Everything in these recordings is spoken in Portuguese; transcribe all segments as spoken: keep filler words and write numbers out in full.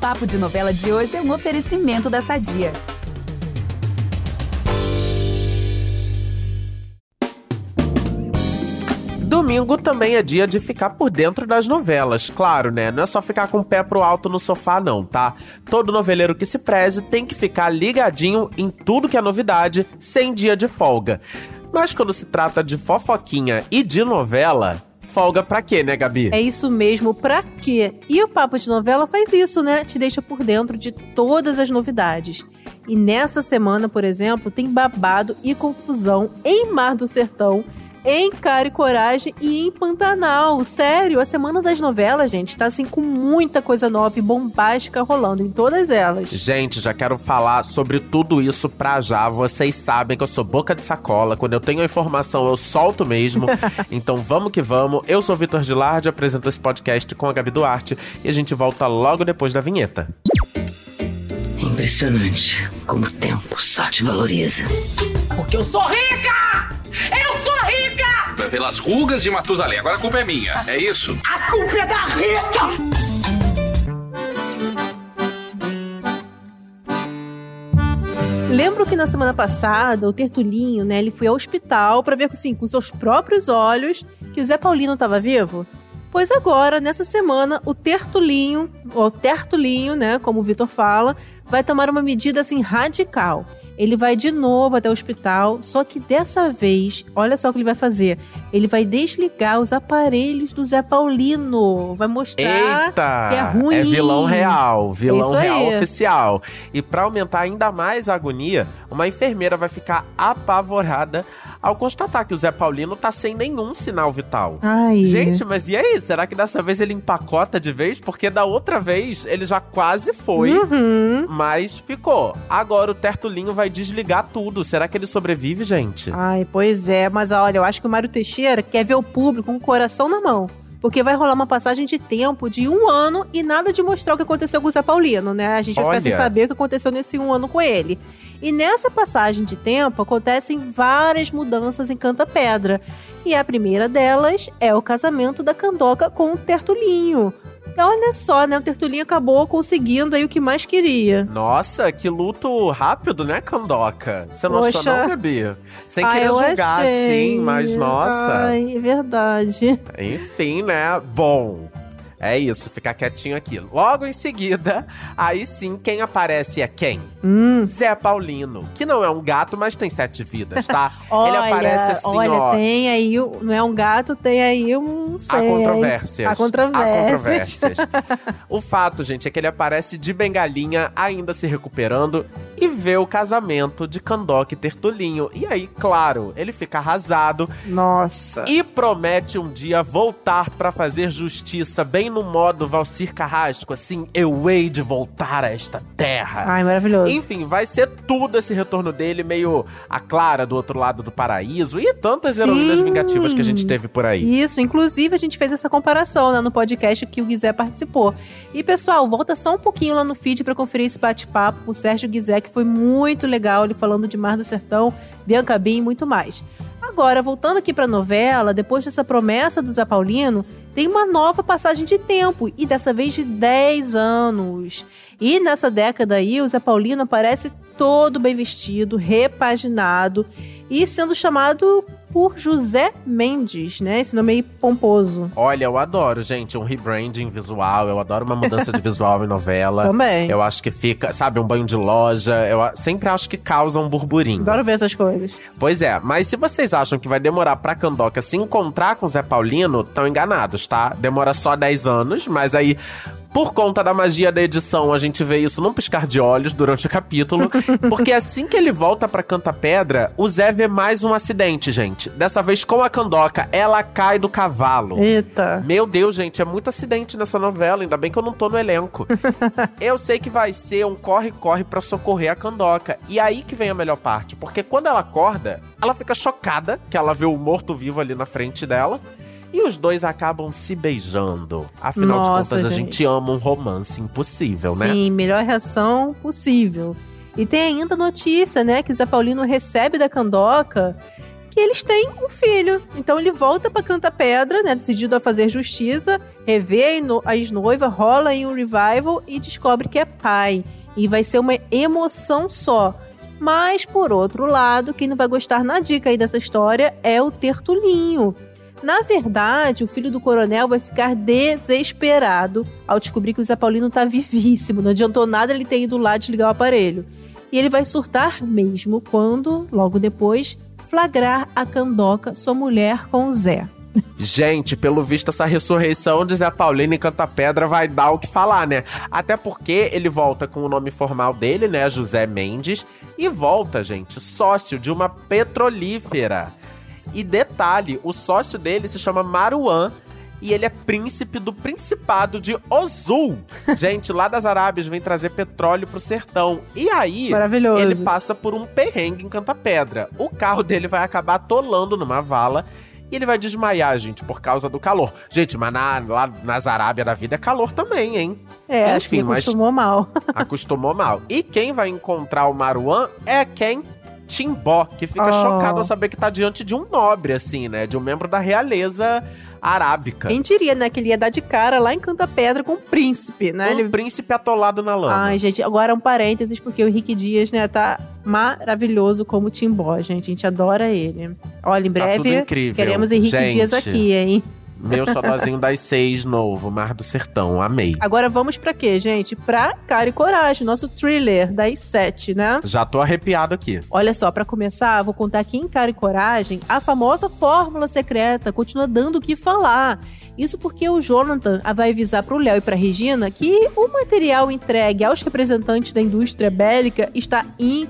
Papo de Novela de hoje é um oferecimento da Sadia. Domingo também é dia de ficar por dentro das novelas, claro, né? Não é só ficar com o pé pro alto no sofá não, tá? Todo noveleiro que se preze tem que ficar ligadinho em tudo que é novidade, sem dia de folga. Mas quando se trata de fofoquinha e de novela, folga pra quê, né, Gabi? É isso mesmo, pra quê? E o Papo de Novela faz isso, né? Te deixa por dentro de todas as novidades. E nessa semana, por exemplo, tem babado e confusão em Mar do Sertão, em Cara e Coragem e em Pantanal. Sério, a Semana das Novelas, gente, tá assim com muita coisa nova e bombástica rolando em todas elas. Gente, já quero falar sobre tudo isso pra já. Vocês sabem que eu sou boca de sacola. Quando eu tenho a informação, eu solto mesmo. Então vamos que vamos. Eu sou Vitor Gilardi, apresento esse podcast com a Gabi Duarte e a gente volta logo depois da vinheta. Impressionante como o tempo só te valoriza. Porque eu sou rica! Eu sou rica! Pelas rugas de Matusalém, agora a culpa é minha, é isso? A culpa é da Rita! Lembro que na semana passada, o Tertulinho, né, ele foi ao hospital pra ver, assim, com seus próprios olhos que o Zé Paulino tava vivo? Pois agora, nessa semana, o Tertulinho, ou Tertulinho, né, como o Vitor fala, vai tomar uma medida, assim, radical. Ele vai de novo até o hospital, só que dessa vez, olha só o que ele vai fazer. Ele vai desligar os aparelhos do Zé Paulino. Vai mostrar Eita, que é ruim. É vilão real, vilão é real aí. oficial. E pra aumentar ainda mais a agonia, uma enfermeira vai ficar apavorada ao constatar que o Zé Paulino tá sem nenhum sinal vital. Ai. Gente, mas e aí? Será que dessa vez ele empacota de vez? Porque da outra vez ele já quase foi, Uhum. mas ficou. Agora o Tertulinho vai desligar tudo. Será que ele sobrevive, gente? Ai, pois é. Mas olha, eu acho que o Mário Teixeira quer ver o público com o coração na mão. Porque vai rolar uma passagem de tempo de um ano e nada de mostrar o que aconteceu com o Zé Paulino, né? A gente vai Olha. ficar sem saber o que aconteceu nesse um ano com ele. E nessa passagem de tempo acontecem várias mudanças em Canta Pedra. E a primeira delas é o casamento da Candoca com o Tertulinho. E olha só, né? O Tertulinho acabou conseguindo aí o que mais queria. Nossa, que luto rápido, né, Candoca? Você não achou Poxa. não, Gabi? Sem Ai, querer eu julgar, achei. assim, mas nossa. Ai, é verdade. Enfim, né? Bom, é isso, ficar quietinho aqui. Logo em seguida, aí sim, quem aparece é quem? Hum. Zé Paulino, que não é um gato, mas tem sete vidas, tá? Olha, Ele aparece assim, olha, ó. tem aí, o- não é um gato, tem aí um, não Há sei. controvérsias. Há controvérsias. Há controvérsias. O fato, gente, é que ele aparece de bengalinha, ainda se recuperando, e vê o casamento de Candoca e Tertulinho. E aí, claro, ele fica arrasado Nossa. e promete um dia voltar pra fazer justiça, bem no modo Valcir Carrasco, assim, eu hei de voltar a esta terra. Ai, maravilhoso. Enfim, vai ser tudo esse retorno dele, meio a Clara do outro lado do paraíso e tantas Sim. heroínas vingativas que a gente teve por aí. Isso, inclusive a gente fez essa comparação, né, no podcast que o Guizé participou. E pessoal, volta só um pouquinho lá no feed pra conferir esse bate-papo com o Sérgio Guizé, que foi muito legal, ele falando de Mar do Sertão, Bianca Bin e muito mais. Agora, voltando aqui pra novela, depois dessa promessa do Zé Paulino, tem uma nova passagem de tempo, e dessa vez de dez anos. E nessa década aí, o Zé Paulino aparece todo bem vestido, repaginado, e sendo chamado por José Mendes, né? Esse nome aí pomposo. Olha, eu adoro, gente, um rebranding visual, eu adoro uma mudança de visual em novela. Também. Eu acho que fica, sabe, um banho de loja, eu a- sempre acho que causa um burburinho. Adoro ver essas coisas. Pois é, mas se vocês acham que vai demorar pra Candoca se encontrar com o Zé Paulino, estão enganados, tá? Demora só dez anos, mas aí, por conta da magia da edição, a gente vê isso num piscar de olhos durante o capítulo, porque assim que ele volta pra Canta Pedra, o Zé vê mais um acidente, gente. Dessa vez com a Candoca, ela cai do cavalo. Eita. Meu Deus, gente, é muito acidente nessa novela, ainda bem que eu não tô no elenco. Eu sei que vai ser um corre-corre pra socorrer a Candoca. E aí que vem a melhor parte, porque quando ela acorda, ela fica chocada que ela vê o morto-vivo ali na frente dela. E os dois acabam se beijando. Afinal Nossa, de contas, a gente. gente ama um romance impossível, né? Sim, melhor reação possível. E tem ainda notícia, né, que o Zé Paulino recebe da Candoca, que que eles têm um filho. Então ele volta pra Canta Pedra, né, decidido a fazer justiça, revê a ex-noiva, rola em um revival e descobre que é pai. E vai ser uma emoção só. Mas, por outro lado, quem não vai gostar na dica aí dessa história é o Tertulinho. Na verdade, o filho do coronel vai ficar desesperado ao descobrir que o Zé Paulino tá vivíssimo. Não adiantou nada ele ter ido lá desligar o aparelho. E ele vai surtar mesmo quando, logo depois, flagrar a Candoca, sua mulher, com o Zé. Gente, pelo visto, essa ressurreição de Zé Paulino em Canta Pedra vai dar o que falar, né? Até porque ele volta com o nome formal dele, né? José Mendes. E volta, gente, sócio de uma petrolífera. E detalhe, o sócio dele se chama Maruan e ele é príncipe do Principado de Osul. Gente, lá das Arábias vem trazer petróleo pro sertão. E aí, ele passa por um perrengue em Canta Pedra. O carro dele vai acabar atolando numa vala e ele vai desmaiar, gente, por causa do calor. Gente, mas na, lá nas Arábias da vida é calor também, hein? É, Enfim, acho que acostumou mal. Acostumou mal. E quem vai encontrar o Maruan é quem? Timbó, que fica oh. chocado ao saber que tá diante de um nobre, assim, né? De um membro da realeza arábica. Quem diria, né? Que ele ia dar de cara lá em Canta Pedra com um príncipe, né? Um ele... príncipe atolado na lama. Ai, gente, agora um parênteses, porque o Henrique Dias, né, tá maravilhoso como Timbó, gente. A gente adora ele. Olha, em breve, tá tudo incrível. Queremos Henrique gente, Dias aqui, hein? Meu xodozinho das seis novo, Mar do Sertão, amei. Agora vamos pra quê, gente? Pra Cara e Coragem, nosso thriller das sete, né? Já tô arrepiado aqui. Olha só, pra começar, vou contar aqui em Cara e Coragem, a famosa fórmula secreta continua dando o que falar. Isso porque o Jonathan vai avisar pro Léo e pra Regina que o material entregue aos representantes da indústria bélica está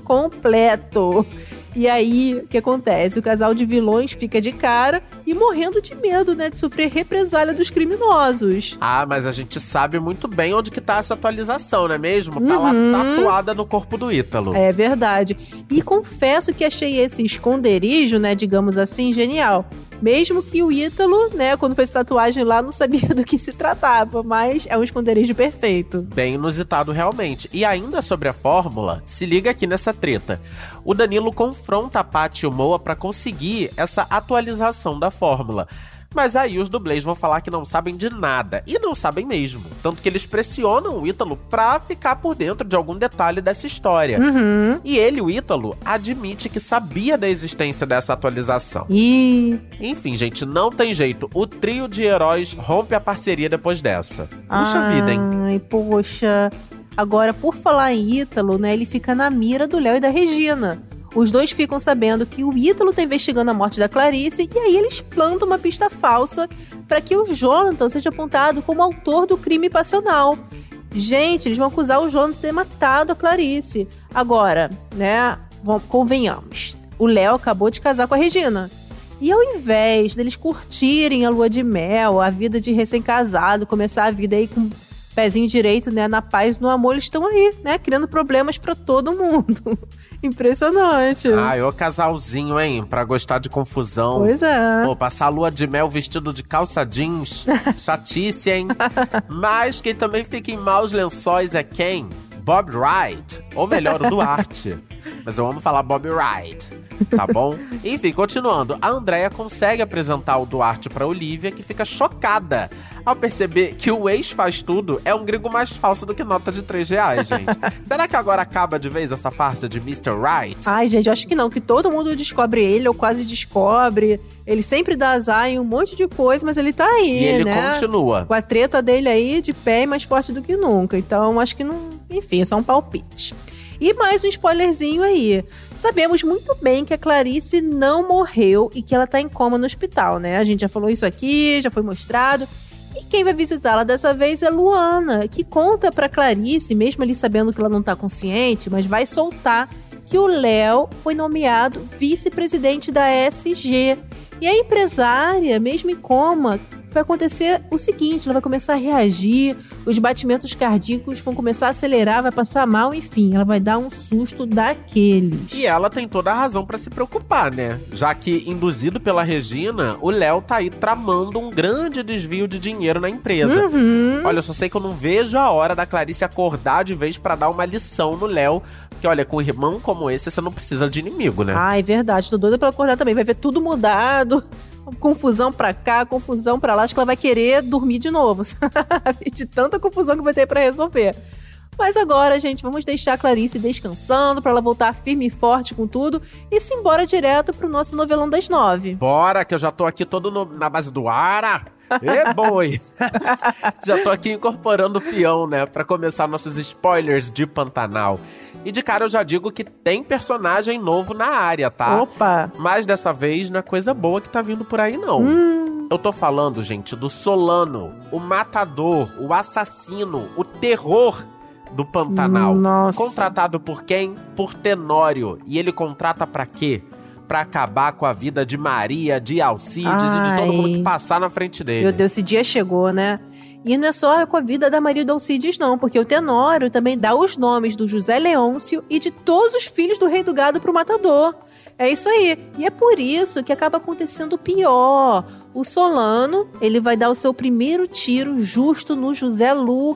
incompleto. E aí, o que acontece? O casal de vilões fica de cara e morrendo de medo, né, de sofrer represália dos criminosos. Ah, mas a gente sabe muito bem onde que tá essa atualização, não é mesmo? Tá uhum. lá tatuada no corpo do Ítalo. É verdade. E confesso que achei esse esconderijo, né, digamos assim, genial. Mesmo que o Ítalo, né, quando fez tatuagem lá, não sabia do que se tratava, mas é um esconderijo perfeito. Bem inusitado, realmente. E ainda sobre a fórmula, se liga aqui nessa treta. O Danilo confronta a Paty e o Moa pra conseguir essa atualização da fórmula. Mas aí os dublês vão falar que não sabem de nada. E não sabem mesmo. Tanto que eles pressionam o Ítalo pra ficar por dentro de algum detalhe dessa história. Uhum. E ele, o Ítalo, admite que sabia da existência dessa atualização. E... Enfim, gente, não tem jeito. O trio de heróis rompe a parceria depois dessa. Puxa Ai, vida, hein? Ai, poxa. Agora, por falar em Ítalo, né, ele fica na mira do Léo e da Regina. Os dois ficam sabendo que o Ítalo tá investigando a morte da Clarice e aí eles plantam uma pista falsa para que o Jonathan seja apontado como autor do crime passional. Gente, eles vão acusar o Jonathan de ter matado a Clarice. Agora, né, vamos, convenhamos, o Léo acabou de casar com a Regina. E ao invés deles curtirem a lua de mel, a vida de recém-casado, começar a vida aí com pezinho direito, né, na paz, no amor, eles estão aí, né, criando problemas pra todo mundo. Impressionante. Ai, ô casalzinho, hein, pra gostar de confusão. Pois é. Pô, passar a lua de mel vestido de calça jeans, chatice, hein? Mas quem também fica em maus lençóis é quem? Bob Wright, ou melhor, o Duarte. Mas eu amo falar Bob Wright, tá bom? Enfim, continuando, a Andréia consegue apresentar o Duarte pra Olivia, que fica chocada ao perceber que o ex faz tudo é um gringo mais falso do que nota de três reais, gente. Será que agora acaba de vez essa farsa de mister Right? Ai, gente, eu acho que não, que todo mundo descobre ele, ou quase descobre. Ele sempre dá azar em um monte de coisa, mas ele tá aí, e ele né? continua. Com a treta dele aí, de pé e mais forte do que nunca. Então, acho que não... Enfim, é só um palpite. E mais um spoilerzinho aí. Sabemos muito bem que a Clarice não morreu e que ela tá em coma no hospital, né? A gente já falou isso aqui, já foi mostrado. E quem vai visitá-la dessa vez é Luana, que conta pra Clarice, mesmo ali sabendo que ela não tá consciente, mas vai soltar que o Léo foi nomeado vice-presidente da E S G. E a empresária, mesmo em coma, vai acontecer o seguinte, ela vai começar a reagir, os batimentos cardíacos vão começar a acelerar, vai passar mal, enfim, ela vai dar um susto daqueles. E ela tem toda a razão pra se preocupar, né? Já que, induzido pela Regina, o Léo tá aí tramando um grande desvio de dinheiro na empresa. Uhum. Olha, eu só sei que eu não vejo a hora da Clarice acordar de vez pra dar uma lição no Léo, Que olha, com um irmão como esse, você não precisa de inimigo, né? Ah, é verdade. Tô doida pra acordar também. Vai ver tudo mudado. Confusão pra cá, confusão pra lá. Acho que ela vai querer dormir de novo, sabe? De tanta confusão que vai ter pra resolver. Mas agora, gente, vamos deixar a Clarice descansando pra ela voltar firme e forte com tudo e se embora direto pro nosso novelão das nove. Bora, que eu já tô aqui todo no- na base do ara. Ê, boi! Já tô aqui incorporando o peão, né? Pra começar nossos spoilers de Pantanal. E de cara eu já digo que tem personagem novo na área, tá? Opa! Mas dessa vez não é coisa boa que tá vindo por aí, não. Hum. Eu tô falando, gente, do Solano, o matador, o assassino, o terror do Pantanal. Nossa. Contratado por quem? Por Tenório. E ele contrata pra quê? Pra acabar com a vida de Maria, de Alcides e de todo Ai. mundo que passar na frente dele. Meu Deus, esse dia chegou, né? E não é só com a vida da Maria do Alcides, não, porque o Tenório também dá os nomes do José Leôncio e de todos os filhos do rei do gado pro matador. É isso aí. E é por isso que acaba acontecendo o pior. O Solano, ele vai dar o seu primeiro tiro justo no José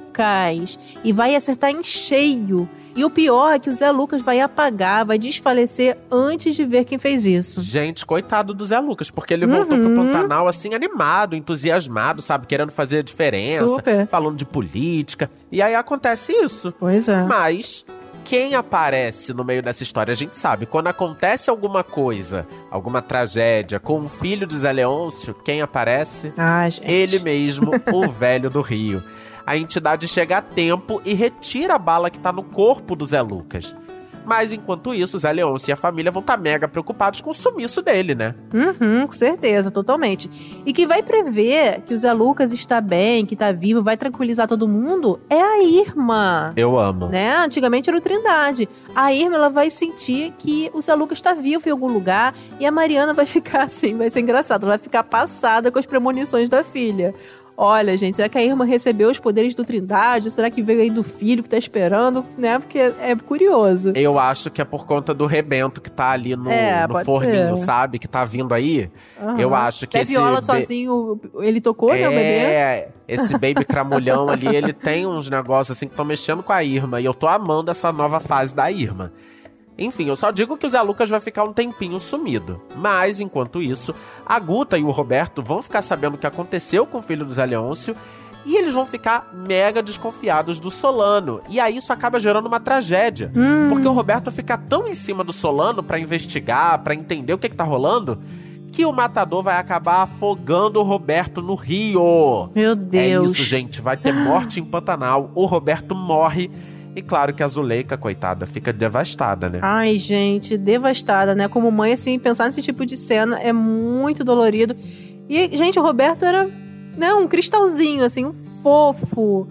Lucas e vai acertar em cheio. E o pior é que o Zé Lucas vai apagar, vai desfalecer antes de ver quem fez isso. Gente, coitado do Zé Lucas, porque ele voltou pro Pantanal assim, animado, entusiasmado, sabe? Querendo fazer a diferença, Super. falando de política. E aí acontece isso. Pois é. Mas quem aparece no meio dessa história, a gente sabe, quando acontece alguma coisa, alguma tragédia com o filho de Zé Leôncio, quem aparece? Ah, gente. Ele mesmo, o velho do Rio. A entidade chega a tempo e retira a bala que tá no corpo do Zé Lucas. Mas enquanto isso, o Zé Leôncio e a família vão estar mega preocupados com o sumiço dele, né? Uhum, com certeza, totalmente. E quem vai prever que o Zé Lucas está bem, que tá vivo, vai tranquilizar todo mundo, é a Irma. Eu amo. Né? Antigamente era o Trindade. A Irma, ela vai sentir que o Zé Lucas está vivo em algum lugar e a Mariana vai ficar assim, vai ser engraçado, ela vai ficar passada com as premonições da filha. Olha, gente, será que a Irma recebeu os poderes do Trindade? Será que veio aí do filho que tá esperando, né? Porque é curioso. Eu acho que é por conta do rebento que tá ali no, É, no pode forninho, ser. sabe? Que tá vindo aí. Aham. Eu acho que Até esse... viola be- sozinho, ele tocou, né, o bebê? É, esse baby cramulhão ali, ele tem uns negócios assim que estão mexendo com a Irma. E eu tô amando essa nova fase da Irma. Enfim, eu só digo que o Zé Lucas vai ficar um tempinho sumido. Mas, enquanto isso, a Guta e o Roberto vão ficar sabendo o que aconteceu com o filho do Zé Leôncio e eles vão ficar mega desconfiados do Solano. E aí isso acaba gerando uma tragédia. Hum. Porque o Roberto fica tão em cima do Solano pra investigar, pra entender o que, que tá rolando, que o matador vai acabar afogando o Roberto no rio. Meu Deus. É isso, gente. Vai ter morte em Pantanal. O Roberto morre. E claro que a Zuleika, coitada, fica devastada, né? Ai, gente, devastada, né? Como mãe, assim, pensar nesse tipo de cena é muito dolorido. E, gente, o Roberto era, né, um cristalzinho, assim, um fofo.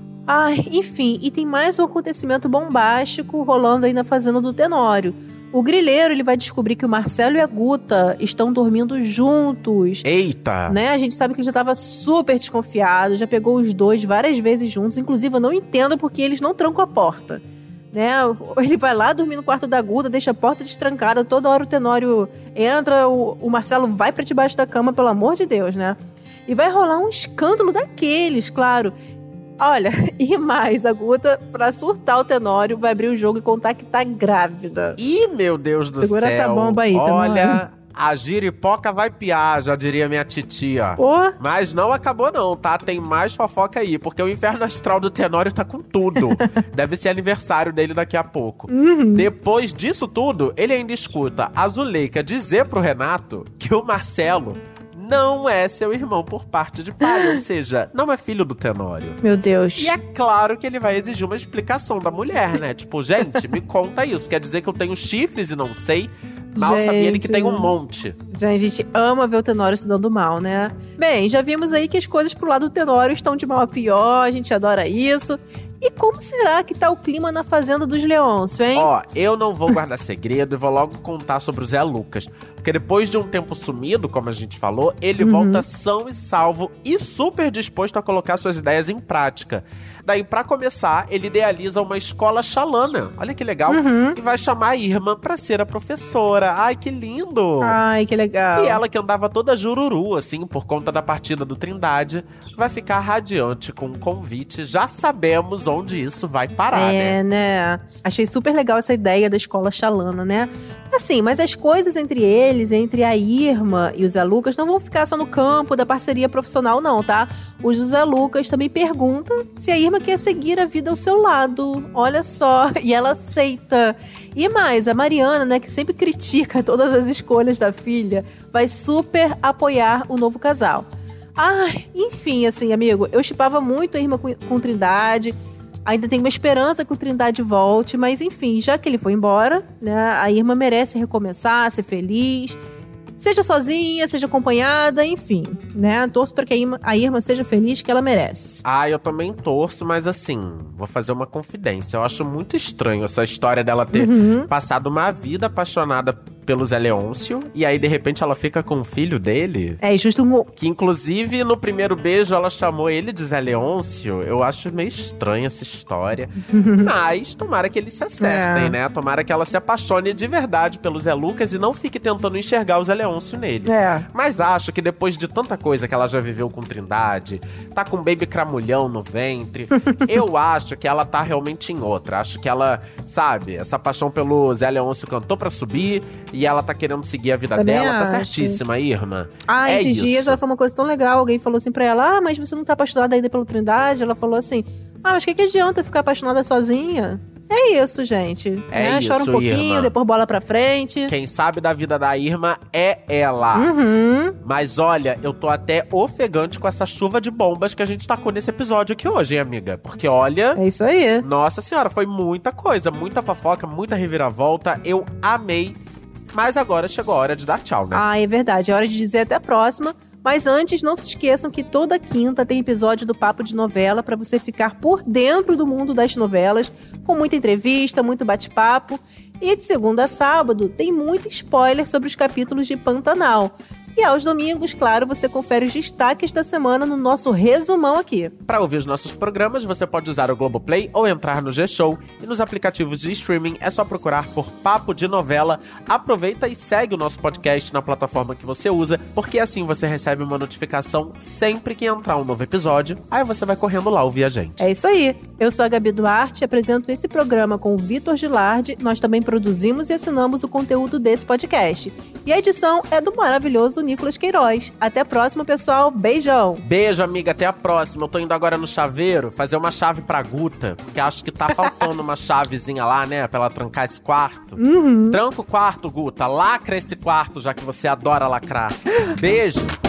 Ai, enfim, e tem mais um acontecimento bombástico rolando aí na fazenda do Tenório. O grileiro, ele vai descobrir que o Marcelo e a Guta estão dormindo juntos. Eita! Né? A gente sabe que ele já tava super desconfiado, já pegou os dois várias vezes juntos. Inclusive, eu não entendo porque eles não trancam a porta. Né? Ele vai lá dormir no quarto da Guta, deixa a porta destrancada, toda hora o Tenório entra, o, o Marcelo vai pra debaixo da cama, pelo amor de Deus, né? E vai rolar um escândalo daqueles, claro. Olha, e mais, a Guta, pra surtar o Tenório, vai abrir o jogo e contar que tá grávida. Ih, meu Deus do Segura céu. essa bomba aí, Olha, Tenório. a giripoca vai piar, já diria minha titia. Pô, Mas não acabou não, tá? Tem mais fofoca aí, porque o inferno astral do Tenório tá com tudo. Deve ser aniversário dele daqui a pouco. Depois disso tudo, ele ainda escuta a Zuleika dizer pro Renato que o Marcelo não é seu irmão por parte de pai, ou seja, não é filho do Tenório. meu Deus. E é claro que ele vai exigir uma explicação da mulher, né? Tipo, gente, me conta isso. Quer dizer que eu tenho chifres e não sei? Mal sabia ele que Gente. tem um monte. Gente, a gente ama ver o Tenório se dando mal, né? Bem, já vimos aí que as coisas pro lado do Tenório estão de mal a pior, a gente adora isso. E como será que tá o clima na fazenda dos Leôncio, hein? Ó, eu não vou guardar segredo e vou logo contar sobre o Zé Lucas. Porque depois de um tempo sumido, como a gente falou, ele volta são e salvo e super disposto a colocar suas ideias em prática. Daí, pra começar, ele idealiza uma escola xalana. Olha que legal. E vai chamar a Irma pra ser a professora. Ai, que lindo! Ai, que legal. E ela, que andava toda jururu, assim, por conta da partida do Trindade, vai ficar radiante com um convite. Já sabemos sabemos onde isso vai parar, É, né? Achei super legal essa ideia da escola Xalana, né? Assim, mas as coisas entre eles, entre a Irma e o Zé Lucas, não vão ficar só no campo da parceria profissional, não, tá? O José Lucas também pergunta se a Irma quer seguir a vida ao seu lado. Olha só, e ela aceita. E mais, a Mariana, né, que sempre critica todas as escolhas da filha, vai super apoiar o novo casal. Ah, enfim, assim, amigo, eu shippava muito a Irma com, com Trindade. Ainda tem uma esperança que o Trindade volte, mas enfim, já que ele foi embora, né, a Irma merece recomeçar, ser feliz. Seja sozinha, seja acompanhada, enfim, né? Torço para que a Irma, a Irma seja feliz, que ela merece. Ah, eu também torço, mas assim, vou fazer uma confidência. Eu acho muito estranho essa história dela ter Uhum. passado uma vida apaixonada pelo Zé Leôncio, e aí de repente ela fica com o filho dele. É, justo um... Que inclusive no primeiro beijo ela chamou ele de Zé Leôncio. Eu acho meio estranha essa história. Mas tomara que eles se acertem, É. né? Tomara que ela se apaixone de verdade pelo Zé Lucas e não fique tentando enxergar o Zé Leôncio nele. É. Mas acho que depois de tanta coisa que ela já viveu com Trindade, tá com um baby cramulhão no ventre, eu acho que ela tá realmente em outra. Acho que ela, sabe, essa paixão pelo Zé Leôncio cantou pra subir e ela tá querendo seguir a vida Também dela. Tá acho. certíssima, Irma. Ah, É esses isso. dias ela falou uma coisa tão legal. Alguém falou assim pra ela: ah, mas você não tá apaixonada ainda pelo Trindade? Ela falou assim: ah, mas o que, que adianta ficar apaixonada sozinha? É isso, gente. É né? Chora um isso, pouquinho, Irma. depois bola pra frente. Quem sabe da vida da Irma é ela. Uhum. Mas olha, eu tô até ofegante com essa chuva de bombas que a gente tacou nesse episódio aqui hoje, hein, amiga? Porque olha, É isso aí. nossa senhora, foi muita coisa, muita fofoca, muita reviravolta. Eu amei. Mas agora chegou a hora de dar tchau, né? Ah, é verdade. É hora de dizer até a próxima. Mas antes, não se esqueçam que toda quinta tem episódio do Papo de Novela para você ficar por dentro do mundo das novelas, com muita entrevista, muito bate-papo. E de segunda a sábado tem muito spoiler sobre os capítulos de Pantanal. E aos domingos, claro, você confere os destaques da semana no nosso resumão aqui. Para ouvir os nossos programas, você pode usar o Globoplay ou entrar no G-Show. E nos aplicativos de streaming é só procurar por Papo de Novela. Aproveita e segue o nosso podcast na plataforma que você usa, porque assim você recebe uma notificação sempre que entrar um novo episódio. Aí você vai correndo lá ouvir a gente. É isso aí. Eu sou a Gabi Duarte, apresento esse programa com o Vitor Gilardi. Nós também produzimos e assinamos o conteúdo desse podcast. E a edição é do maravilhoso Nicolas Queiroz. Até a próxima, pessoal. Beijão! Beijo, amiga. Até a próxima. Eu tô indo agora no chaveiro fazer uma chave pra Guta, porque acho que tá faltando uma chavezinha lá, né? Pra ela trancar esse quarto. Uhum. Tranca o quarto, Guta. Lacra esse quarto, já que você adora lacrar. Beijo.